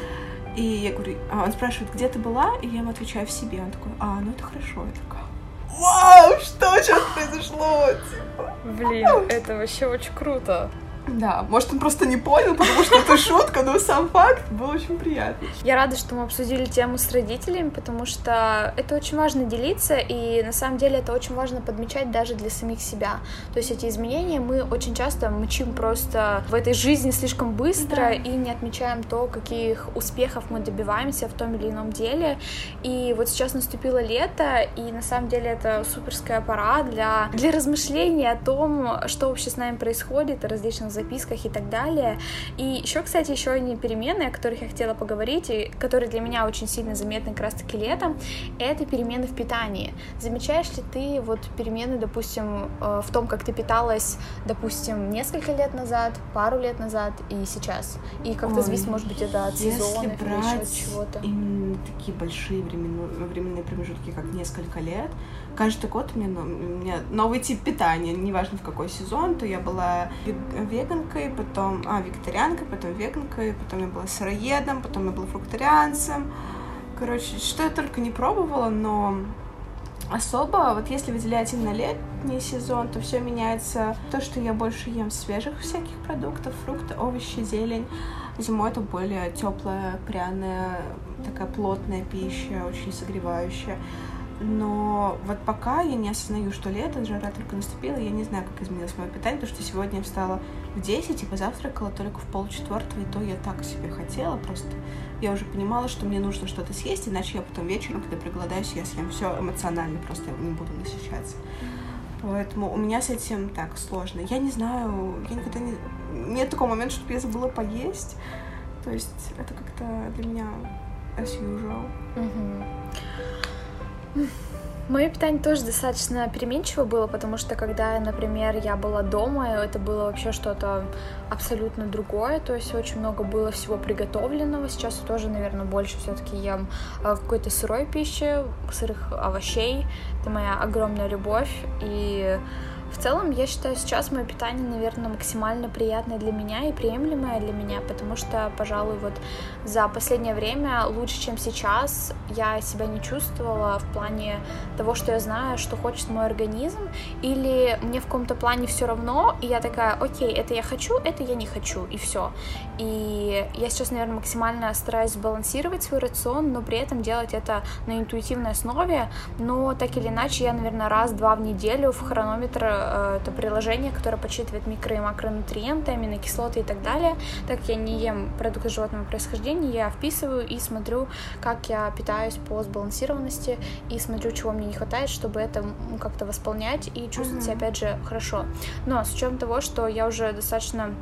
И я говорю, он спрашивает, где ты была? И я ему отвечаю, в себе. Он такой, ну это хорошо. Я такая, вау, что сейчас произошло? Блин, это вообще очень круто. Да, может, он просто не понял, потому что это шутка, но сам факт был очень приятный. Я рада, что мы обсудили тему с родителями, потому что это очень важно делиться, и на самом деле это очень важно подмечать даже для самих себя. То есть эти изменения мы очень часто мчим просто в этой жизни слишком быстро и не отмечаем то, каких успехов мы добиваемся в том или ином деле. И вот сейчас наступило лето, и на самом деле это суперская пора для размышления о том, что вообще с нами происходит, о различных записках и так далее. И еще, кстати, еще одни перемены, о которых я хотела поговорить, и которые для меня очень сильно заметны как раз-таки летом, это перемены в питании. Замечаешь ли ты вот перемены, допустим, в том, как ты питалась, допустим, несколько лет назад, пару лет назад и сейчас? И как-то зависит, может быть, это от сезона или еще от чего-то? Именно такие большие временные промежутки, как несколько лет, каждый год у меня новый тип питания, неважно в какой сезон, то я была веганкой, потом вегетарианкой, потом веганкой, потом я была сыроедом, потом я была фрукторианцем. Короче, что я только не пробовала, но особо, вот если выделять именно летний сезон, то все меняется. То, что я больше ем свежих всяких продуктов, фрукты, овощи, зелень. Зимой это более теплая, пряная, такая плотная пища, очень согревающая. Но вот пока я не осознаю, что лето, жара только наступила, я не знаю, как изменилось мое питание, потому что сегодня я встала в 10 и позавтракала только в 3:30, и то я так себе хотела, просто я уже понимала, что мне нужно что-то съесть, иначе я потом вечером, когда проголодаюсь, я съем все эмоционально, просто не буду насыщаться. Поэтому у меня с этим так сложно. Я не знаю, я никогда не... Нет такого момента, чтобы я забыла поесть, то есть это как-то для меня as usual. Мое питание тоже достаточно переменчиво было, потому что когда, например, я была дома, это было вообще что-то абсолютно другое, то есть очень много было всего приготовленного. Сейчас я тоже, наверное, больше все-таки ем какой-то сырой пищи, сырых овощей. Это моя огромная любовь. И в целом, я считаю, сейчас мое питание, наверное, максимально приятное для меня и приемлемое для меня, потому что, пожалуй, вот за последнее время лучше, чем сейчас, я себя не чувствовала в плане того, что я знаю, что хочет мой организм, или мне в каком-то плане все равно, и я такая, окей, это я хочу, это я не хочу, и все. И я сейчас, наверное, максимально стараюсь сбалансировать свой рацион, но при этом делать это на интуитивной основе, но так или иначе я, наверное, раз-два в неделю в хронометр, это приложение, которое подсчитывает микро- и макронутриенты, аминокислоты и так далее. Так как я не ем продукты животного происхождения, я вписываю и смотрю, как я питаюсь по сбалансированности, и смотрю, чего мне не хватает, чтобы это как-то восполнять и чувствовать себя, опять же, хорошо. Но с учетом того, что я уже достаточно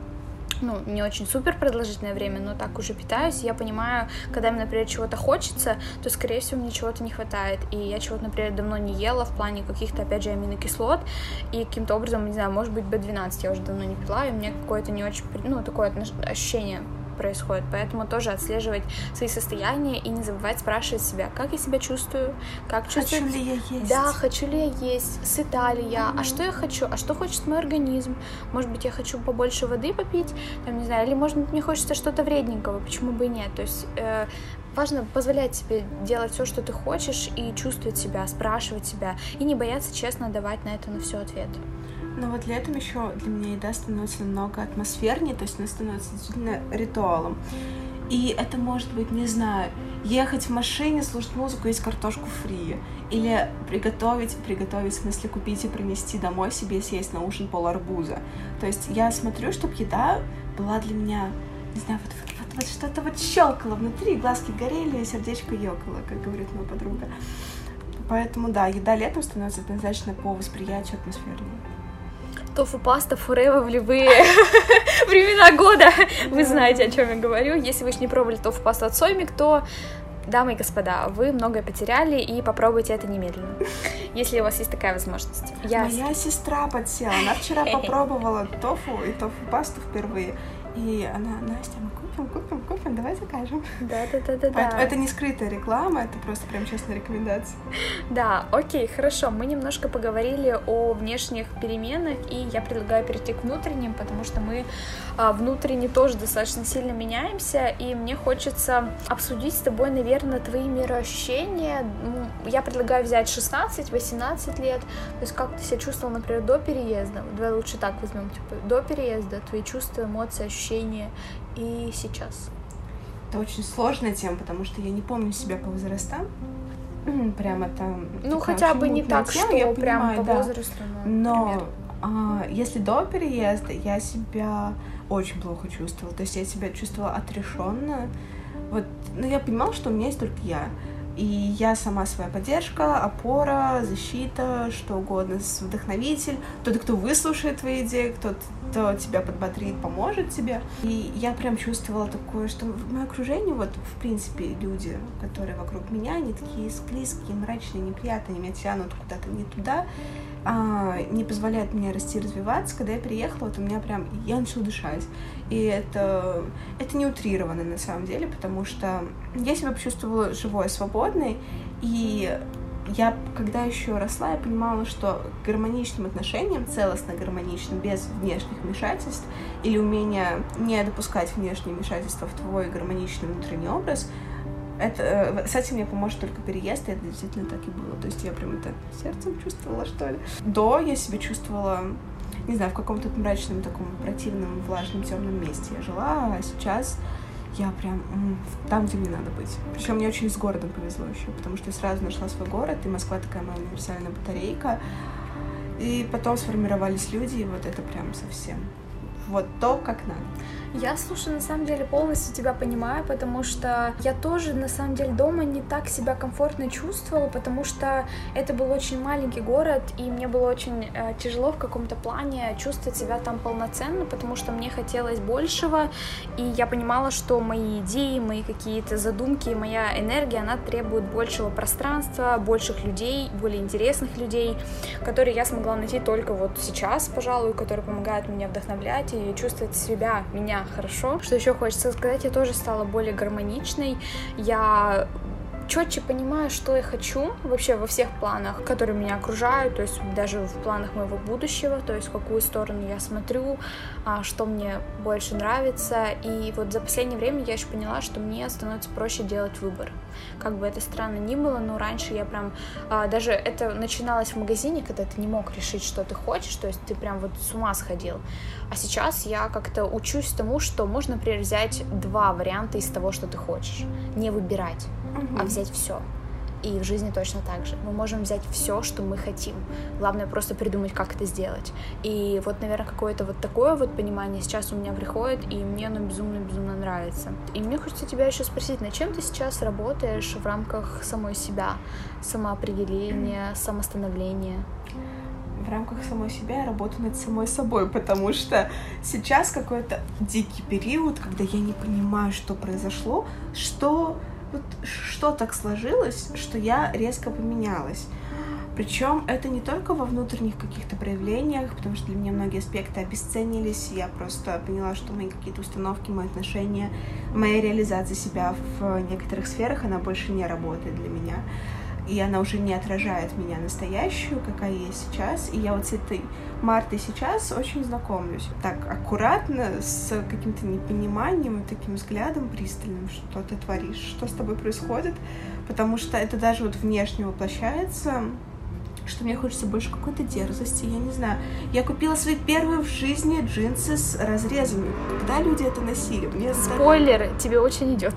не очень супер продолжительное время, но так уже питаюсь, я понимаю, когда мне, например, чего-то хочется, то, скорее всего, мне чего-то не хватает, и я чего-то, например, давно не ела в плане каких-то, опять же, аминокислот, и каким-то образом, не знаю, может быть, B12 я уже давно не пила, и у меня какое-то не очень, такое ощущение происходит, поэтому тоже отслеживать свои состояния и не забывать спрашивать себя, как я себя чувствую, как чувствую... Хочу ли я есть? Да, хочу ли я есть, сыта ли я, а что я хочу, а что хочет мой организм, может быть, я хочу побольше воды попить, там, не знаю, или, может быть, мне хочется что-то вредненького, почему бы и нет, то есть... Важно позволять себе делать все, что ты хочешь, и чувствовать себя, спрашивать себя, и не бояться честно давать на это на все ответ. Но вот летом еще для меня еда становится намного атмосфернее, то есть она становится действительно ритуалом. И это может быть, не знаю, ехать в машине, слушать музыку, есть картошку фри. Или приготовить, в смысле купить и принести домой себе съесть на ужин пол-арбуза. То есть я смотрю, чтобы еда была для меня, не знаю, вот что-то вот щелкало внутри, глазки горели, сердечко ёкало, как говорит моя подруга. Поэтому, да, еда летом становится однозначно по восприятию атмосфернее. Тофу-паста forever в любые времена года. Вы знаете, о чем я говорю. Если вы еще не пробовали тофу-пасту от Соймик, то, дамы и господа, вы многое потеряли, и попробуйте это немедленно, если у вас есть такая возможность. Моя сестра подсела. Она вчера попробовала тофу и тофу-пасту впервые. И она, Настя, мы купим, давай закажем. Да. Это не скрытая реклама, это просто прям честная рекомендация. Да, окей, хорошо. Мы немножко поговорили о внешних переменах, и я предлагаю перейти к внутренним, потому что мы внутренне тоже достаточно сильно меняемся, и мне хочется обсудить с тобой, наверное, твои мироощущения. Я предлагаю взять 16-18 лет, то есть как ты себя чувствовал, например, до переезда. Давай лучше так возьмем, до переезда, твои чувства, эмоции, ощущения и сейчас. Это очень сложная тема, потому что я не помню себя по возрастам. Прямо там... хотя бы не так, тема, что я прям понимаю, по возрасту, но если до переезда, я себя очень плохо чувствовала. То есть я себя чувствовала отрешенно. Я понимала, что у меня есть только я. И я сама своя поддержка, опора, защита, что угодно, вдохновитель, тот, кто выслушает твои идеи, кто тебя подбодрит, поможет тебе. И я прям чувствовала такое, что в моем окружении, в принципе, люди, которые вокруг меня, они такие склизкие, мрачные, неприятные, они меня тянут куда-то не туда, не позволяют мне расти, развиваться. Когда я переехала, у меня прям... Я начала дышать. И это не утрировано на самом деле, потому что я себя почувствовала живой, свободной, и я, когда еще росла, я понимала, что гармоничным отношениям, целостно гармоничным, без внешних вмешательств или умения не допускать внешние вмешательства в твой гармоничный внутренний образ, с этим мне поможет только переезд, и это действительно так и было. То есть я прям это сердцем чувствовала, что ли. До я себя чувствовала, не знаю, в каком-то мрачном, таком противном, влажном, темном месте я жила, а сейчас я прям там, где мне надо быть. Причем мне очень с городом повезло еще, потому что я сразу нашла свой город, и Москва такая моя универсальная батарейка. И потом сформировались люди, и это прям совсем вот то, как надо. Я, слушай, на самом деле полностью тебя понимаю, потому что я тоже, на самом деле, дома не так себя комфортно чувствовала, потому что это был очень маленький город, и мне было очень тяжело в каком-то плане чувствовать себя там полноценно, потому что мне хотелось большего, и я понимала, что мои идеи, мои какие-то задумки, моя энергия, она требует большего пространства, больших людей, более интересных людей, которые я смогла найти только вот сейчас, пожалуй, которые помогают мне вдохновлять и чувствовать себя, меня хорошо. Что еще хочется сказать, я тоже стала более гармоничной, я четче понимаю, что я хочу вообще во всех планах, которые меня окружают, то есть даже в планах моего будущего, то есть в какую сторону я смотрю, что мне больше нравится. И вот за последнее время я еще поняла, что мне становится проще делать выбор. Как бы это странно ни было, но раньше я прям, даже это начиналось в магазине, когда ты не мог решить, что ты хочешь, то есть ты прям вот с ума сходил. А сейчас я как-то учусь тому, что можно, например, взять 2 варианта из того, что ты хочешь, не выбирать, а взять все. И в жизни точно так же. Мы можем взять все, что мы хотим. Главное просто придумать, как это сделать. И вот, наверное, какое-то вот такое вот понимание сейчас у меня приходит, и мне оно безумно-безумно нравится. И мне хочется тебя еще спросить, над чем ты сейчас работаешь в рамках самой себя, самоопределения, самостановления? В рамках самой себя я работаю над самой собой, потому что сейчас какой-то дикий период, когда я не понимаю, что произошло, что так сложилось, что я резко поменялась. Причем это не только во внутренних каких-то проявлениях, потому что для меня многие аспекты обесценились, я просто поняла, что мои какие-то установки, мои отношения, моя реализация себя в некоторых сферах, она больше не работает для меня. И она уже не отражает меня настоящую, какая я есть сейчас. И я вот с этой Мартой сейчас очень знакомлюсь. Так аккуратно, с каким-то непониманием и таким взглядом пристальным, что ты творишь, что с тобой происходит. Потому что это даже вот внешне воплощается, что мне хочется больше какой-то дерзости, я не знаю. Я купила свои первые в жизни джинсы с разрезами. Когда люди это носили? Спойлер, тебе очень идет.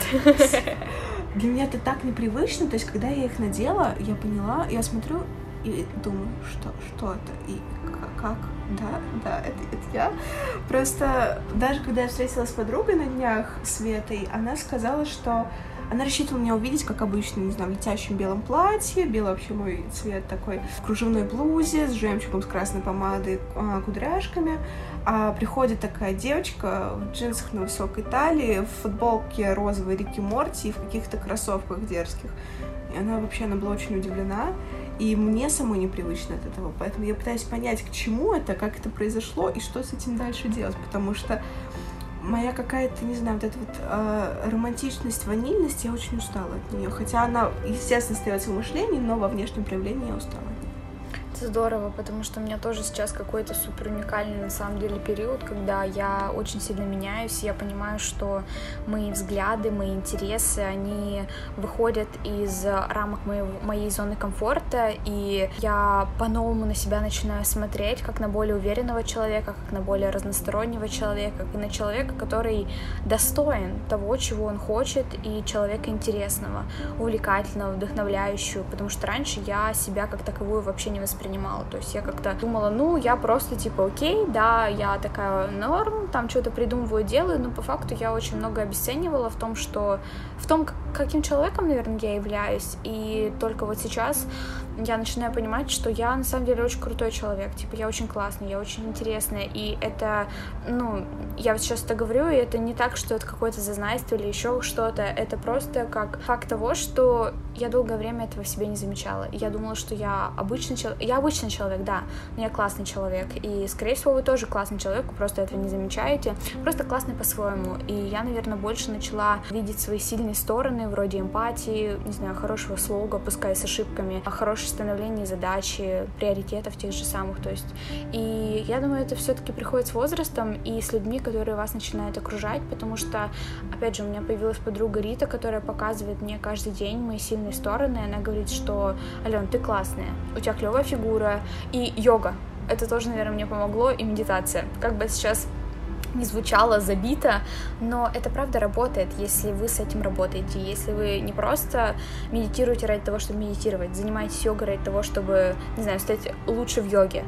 Для меня это так непривычно, то есть, когда я их надела, я поняла, я смотрю и думаю, что это, и как, да, это я. Просто даже когда я встретилась с подругой на днях, Светой, она сказала, что она рассчитывала меня увидеть, как обычно, не знаю, в летящем белом платье, белый вообще мой цвет такой, в кружевной блузе, с жемчугом, с красной помадой, кудряшками. А приходит такая девочка в джинсах на высокой талии, в футболке розовой Рики Морти и в каких-то кроссовках дерзких. И она была очень удивлена. И мне самой непривычно от этого. Поэтому я пытаюсь понять, к чему это, как это произошло и что с этим дальше делать. Потому что моя какая-то, не знаю, вот эта вот романтичность, ванильность, я очень устала от нее. Хотя она, естественно, остается в мышлении, но во внешнем проявлении я устала. Это здорово, потому что у меня тоже сейчас какой-то супер уникальный, на самом деле, период, когда я очень сильно меняюсь, и я понимаю, что мои взгляды, мои интересы, они выходят из рамок моей зоны комфорта, и я по-новому на себя начинаю смотреть, как на более уверенного человека, как на более разностороннего человека, как на человека, который достоин того, чего он хочет, и человека интересного, увлекательного, вдохновляющего, потому что раньше я себя как таковую вообще не воспринимала. То есть я как-то думала, я просто типа окей, да, я такая норм, там что-то придумываю, делаю, но по факту я очень много обесценивала в том, каким человеком, наверное, я являюсь, и только вот сейчас я начинаю понимать, что я на самом деле очень крутой человек, типа я очень классный, я очень интересная, и это, я вот сейчас это говорю, и это не так, что это какое-то зазнайство или еще что-то, это просто как факт того, что я долгое время этого в себе не замечала, и я думала, что я обычный человек, да, но я классный человек, и, скорее всего, вы тоже классный человек, вы просто этого не замечаете, просто классный по-своему, и я, наверное, больше начала видеть свои сильные стороны, вроде эмпатии, не знаю, хорошего слога, пускай с ошибками, хорошее становление задачи, приоритетов тех же самых, то есть, и я думаю, это все-таки приходит с возрастом и с людьми, которые вас начинают окружать, потому что, опять же, у меня появилась подруга Рита, которая показывает мне каждый день мои сильные стороны, и она говорит, что, Ален, ты классная, у тебя клевая фигура, и йога, это тоже, наверное, мне помогло, и медитация, как бы сейчас не звучало забито, но это правда работает, если вы с этим работаете, если вы не просто медитируете ради того, чтобы медитировать, занимаетесь йогой ради того, чтобы, не знаю, стать лучше в йоге,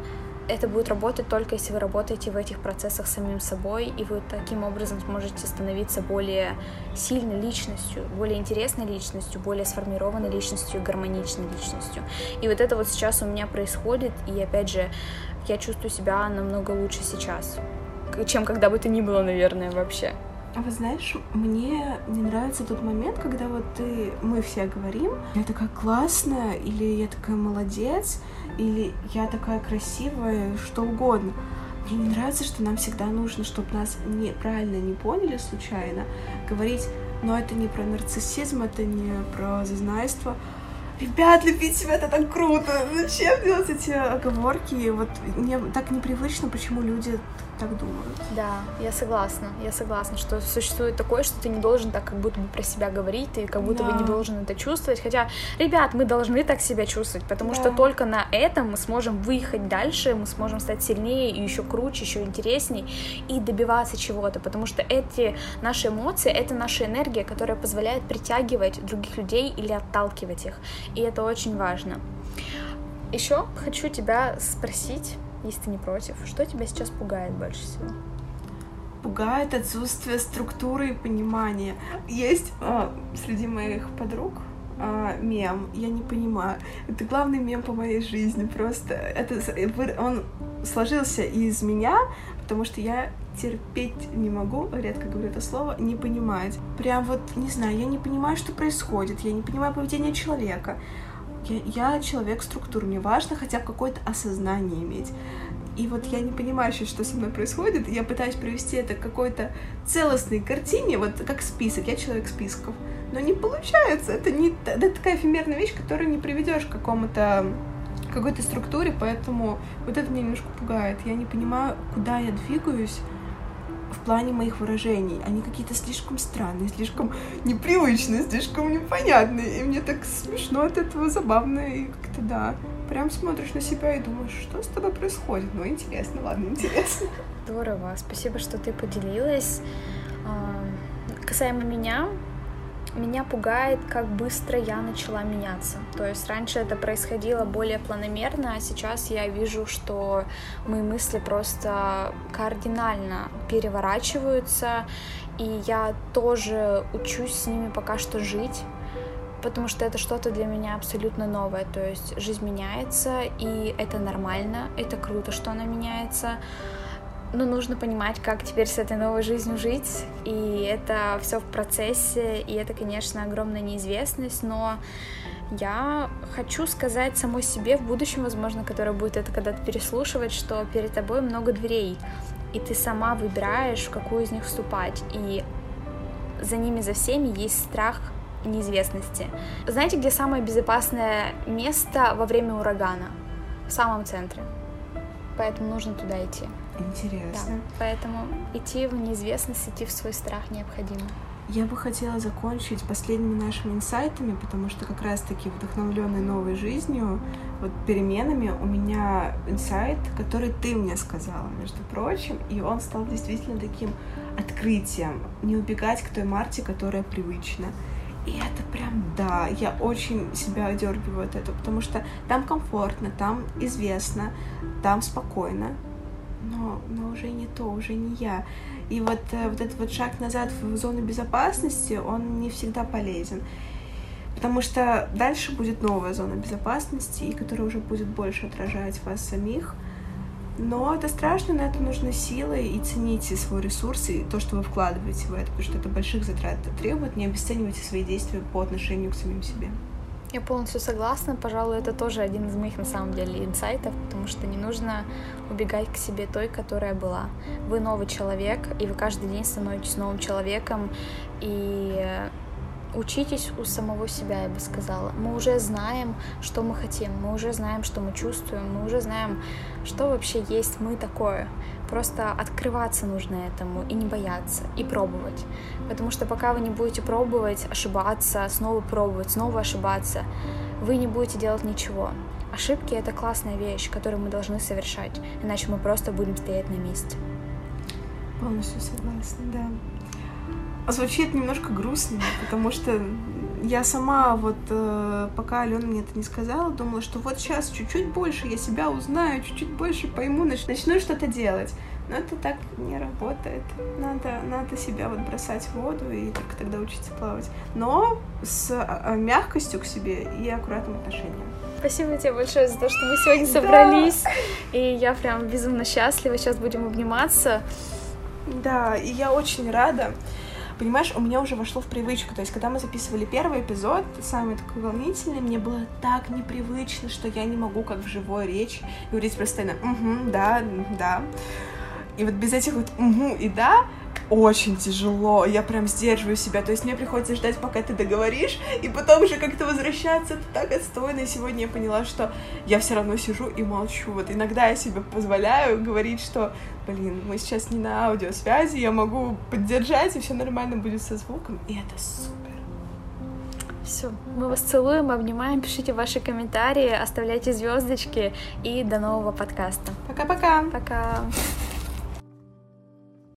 это будет работать только если вы работаете в этих процессах с самим собой, и вы таким образом сможете становиться более сильной личностью, более интересной личностью, более сформированной личностью, гармоничной личностью. И вот это вот сейчас у меня происходит, и опять же, я чувствую себя намного лучше сейчас, чем когда бы то ни было, наверное, вообще. А вы знаешь, мне не нравится тот момент, когда вот мы все говорим, я такая классная, или я такая молодец, или я такая красивая, что угодно. Мне не нравится, что нам всегда нужно, чтобы нас правильно не поняли случайно, говорить, но это не про нарциссизм, это не про зазнайство. Ребят, любить себя — это так круто! Зачем делать эти оговорки? Вот мне так непривычно, почему люди так думают. Да, я согласна, что существует такое, что ты не должен так как будто бы про себя говорить, ты как будто бы не должен это чувствовать, хотя, ребят, мы должны так себя чувствовать, потому что только на этом мы сможем выехать дальше, мы сможем стать сильнее и еще круче, еще интересней и добиваться чего-то, потому что эти наши эмоции, это наша энергия, которая позволяет притягивать других людей или отталкивать их, и это очень важно. Еще хочу тебя спросить, если ты не против, что тебя сейчас пугает больше всего? Пугает отсутствие структуры и понимания. Есть среди моих подруг мем, я не понимаю. Это главный мем по моей жизни. Просто он сложился из меня, потому что я терпеть не могу, редко говорю это слово, не понимать. Прям вот, не знаю, я не понимаю, что происходит, я не понимаю поведение человека. Я человек структур, мне важно хотя бы какое-то осознание иметь. И вот я не понимаю сейчас, что со мной происходит, я пытаюсь привести это к какой-то целостной картине, вот как список, я человек списков, но не получается, это такая эфемерная вещь, которую не приведешь к какой-то структуре, поэтому вот это меня немножко пугает, я не понимаю, куда я двигаюсь в плане моих выражений. Они какие-то слишком странные, слишком непривычные, слишком непонятные. И мне так смешно от этого, забавно. И как-то да, прям смотришь на себя и думаешь, что с тобой происходит. Ну, интересно, ладно, интересно. Здорово, спасибо, что ты поделилась. Касаемо меня пугает, как быстро я начала меняться. То есть раньше это происходило более планомерно, а сейчас я вижу, что мои мысли просто кардинально переворачиваются, и я тоже учусь с ними пока что жить, потому что это что-то для меня абсолютно новое. То есть жизнь меняется, и это нормально, это круто, что она меняется. Но нужно понимать, как теперь с этой новой жизнью жить, и это все в процессе, и это, конечно, огромная неизвестность, но я хочу сказать самой себе в будущем, возможно, которая будет это когда-то переслушивать, что перед тобой много дверей, и ты сама выбираешь, в какую из них вступать, и за ними, за всеми есть страх неизвестности. Знаете, где самое безопасное место во время урагана? В самом центре. Поэтому нужно туда идти. Интересно. Да, поэтому идти в неизвестность, идти в свой страх необходимо. Я бы хотела закончить последними нашими инсайтами, потому что как раз-таки вдохновленной новой жизнью, вот переменами, у меня инсайт, который ты мне сказала, между прочим, и он стал действительно таким открытием. Не убегать к той Марте, которая привычна. И это прям, да, я очень себя одергиваю от этого, потому что там комфортно, там известно, там спокойно. Но уже не то, уже не я. И вот этот вот шаг назад в зону безопасности, он не всегда полезен. Потому что дальше будет новая зона безопасности, и которая уже будет больше отражать вас самих. Но это страшно, на это нужны силы, и цените свой ресурс и то, что вы вкладываете в это, потому что это больших затрат требует. Не обесценивайте свои действия по отношению к самим себе. Я полностью согласна. Пожалуй, это тоже один из моих, на самом деле, инсайтов, потому что не нужно убегать к себе той, которая была. Вы новый человек, и вы каждый день становитесь новым человеком, и учитесь у самого себя, я бы сказала. Мы уже знаем, что мы хотим, мы уже знаем, что мы чувствуем, мы уже знаем, что вообще есть мы такое. Просто открываться нужно этому и не бояться, и пробовать. Потому что пока вы не будете пробовать, ошибаться, снова пробовать, снова ошибаться, вы не будете делать ничего. Ошибки — это классная вещь, которую мы должны совершать, иначе мы просто будем стоять на месте. Полностью согласна, да. Звучит немножко грустно, потому что я сама вот, пока Алена мне это не сказала, думала, что вот сейчас чуть-чуть больше я себя узнаю, чуть-чуть больше пойму, начну что-то делать. Но это так не работает. Надо себя вот бросать в воду и только тогда учиться плавать. Но с мягкостью к себе и аккуратным отношением. Спасибо тебе большое за то, что мы сегодня собрались. И я прям безумно счастлива. Сейчас будем обниматься. Да, и я очень рада. Понимаешь, у меня уже вошло в привычку. То есть, когда мы записывали первый эпизод, самый такой волнительный, мне было так непривычно, что я не могу, как в живой речи, говорить постоянно «угу», «да», «да». И вот без этих вот «угу» и «да» очень тяжело, я прям сдерживаю себя, то есть мне приходится ждать, пока ты договоришь, и потом уже как-то возвращаться, это так отстойно, и сегодня я поняла, что я все равно сижу и молчу, вот иногда я себе позволяю говорить, что, мы сейчас не на аудиосвязи, я могу поддержать, и все нормально будет со звуком, и это супер. Все, мы вас целуем, обнимаем, пишите ваши комментарии, оставляйте звездочки, и до нового подкаста. Пока-пока! Пока!